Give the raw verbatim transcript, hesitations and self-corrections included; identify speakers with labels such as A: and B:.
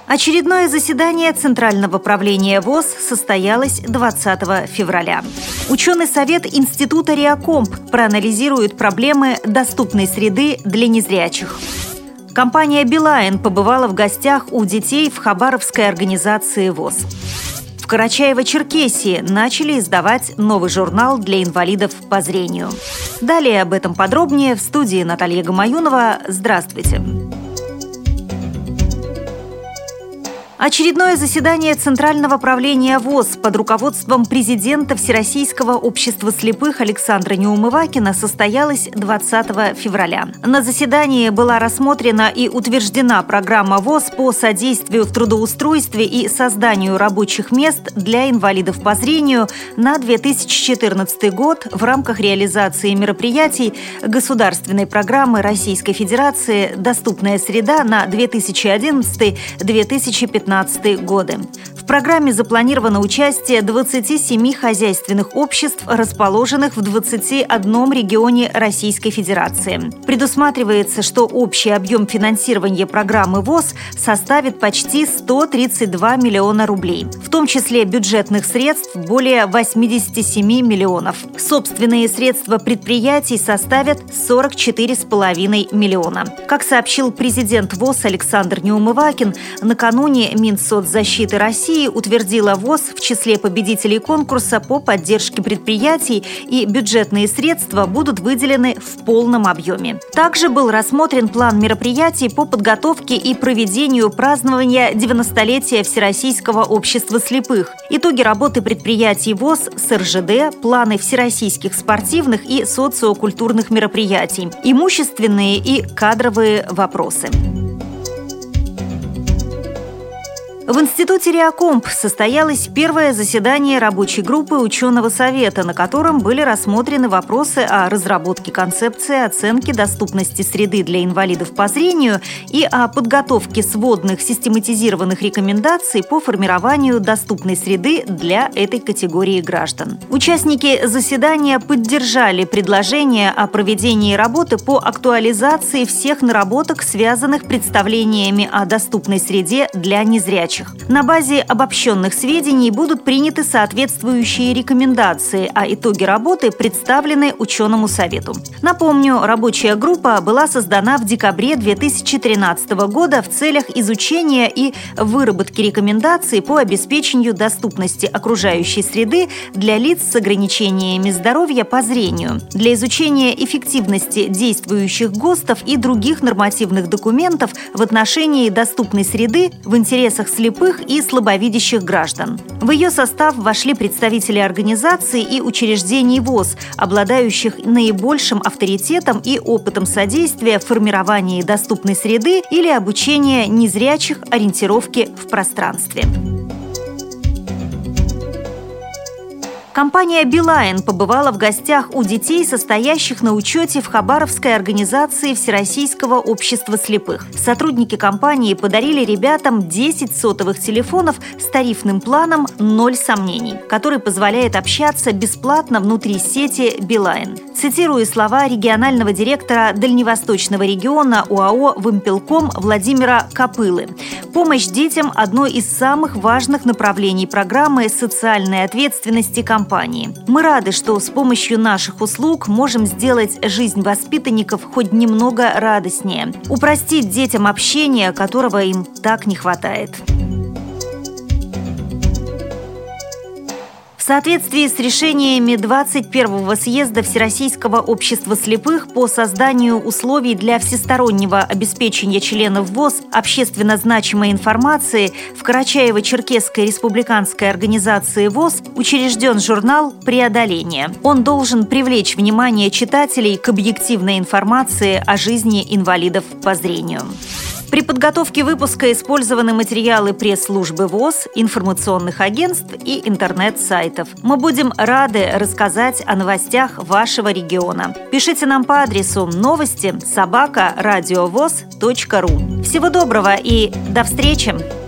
A: Очередное заседание Центрального правления ВОС состоялось двадцатого февраля. Ученый совет Института Реакомп проанализирует проблемы доступной среды для незрячих. Компания «Билайн» побывала в гостях у детей в хабаровской организации ВОС. В Карачаево-Черкесии начали издавать новый журнал для инвалидов по зрению. Далее об этом подробнее в студии Наталья Гамаюнова. Здравствуйте! Очередное заседание Центрального правления ВОС под руководством президента Всероссийского общества слепых Александра Неумывакина состоялось двадцатого февраля. На заседании была рассмотрена и утверждена программа ВОС по содействию в трудоустройстве и созданию рабочих мест для инвалидов по зрению на две тысячи четырнадцатый год в рамках реализации мероприятий государственной программы Российской Федерации «Доступная среда» на две тысячи одиннадцатый — две тысячи пятнадцатый годы. В программе запланировано участие двадцати семи хозяйственных обществ, расположенных в двадцати одном регионе Российской Федерации. Предусматривается, что общий объем финансирования программы ВОС составит почти сто тридцать два миллиона рублей, в том числе бюджетных средств более восьмидесяти семи миллионов. Собственные средства предприятий составят сорок четыре с половиной миллиона. Как сообщил президент ВОС Александр Неумывакин, накануне Минсоцзащиты России утвердила ВОС в числе победителей конкурса по поддержке предприятий, и бюджетные средства будут выделены в полном объеме. Также был рассмотрен план мероприятий по подготовке и проведению празднования девяностолетия Всероссийского общества слепых, итоги работы предприятий ВОС с эр жэ дэ, планы всероссийских спортивных и социокультурных мероприятий, имущественные и кадровые вопросы. В Институте Реакомп состоялось первое заседание рабочей группы ученого совета, на котором были рассмотрены вопросы о разработке концепции оценки доступности среды для инвалидов по зрению и о подготовке сводных систематизированных рекомендаций по формированию доступной среды для этой категории граждан. Участники заседания поддержали предложение о проведении работы по актуализации всех наработок, связанных с представлениями о доступной среде для незрячих. На базе обобщенных сведений будут приняты соответствующие рекомендации, а итоги работы представлены ученому совету. Напомню, рабочая группа была создана в декабре две тысячи тринадцатого года в целях изучения и выработки рекомендаций по обеспечению доступности окружающей среды для лиц с ограничениями здоровья по зрению, для изучения эффективности действующих ГОСТов и других нормативных документов в отношении доступной среды в интересах слепых и слабовидящих граждан. В ее состав вошли представители организаций и учреждений ВОС, обладающих наибольшим авторитетом и опытом содействия в формировании доступной среды или обучения незрячих ориентировке в пространстве. Компания «Билайн» побывала в гостях у детей, состоящих на учете в хабаровской организации Всероссийского общества слепых. Сотрудники компании подарили ребятам десять сотовых телефонов с тарифным планом «Ноль сомнений», который позволяет общаться бесплатно внутри сети «Билайн». Цитирую слова регионального директора Дальневосточного региона ОАО «Вымпелком» Владимира Копылы. Помощь детям – одно из самых важных направлений программы социальной ответственности компании. Мы рады, что с помощью наших услуг можем сделать жизнь воспитанников хоть немного радостнее, упростить детям общение, которого им так не хватает. В соответствии с решениями двадцать первого съезда Всероссийского общества слепых по созданию условий для всестороннего обеспечения членов ВОС общественно значимой информации в Карачаево-Черкесской республиканской организации ВОС учрежден журнал «Преодоление». Он должен привлечь внимание читателей к объективной информации о жизни инвалидов по зрению. При подготовке выпуска использованы материалы пресс-службы ВОС, информационных агентств и интернет-сайтов. Мы будем рады рассказать о новостях вашего региона. Пишите нам по адресу новости собака радиовоз точка ру. Всего доброго и до встречи!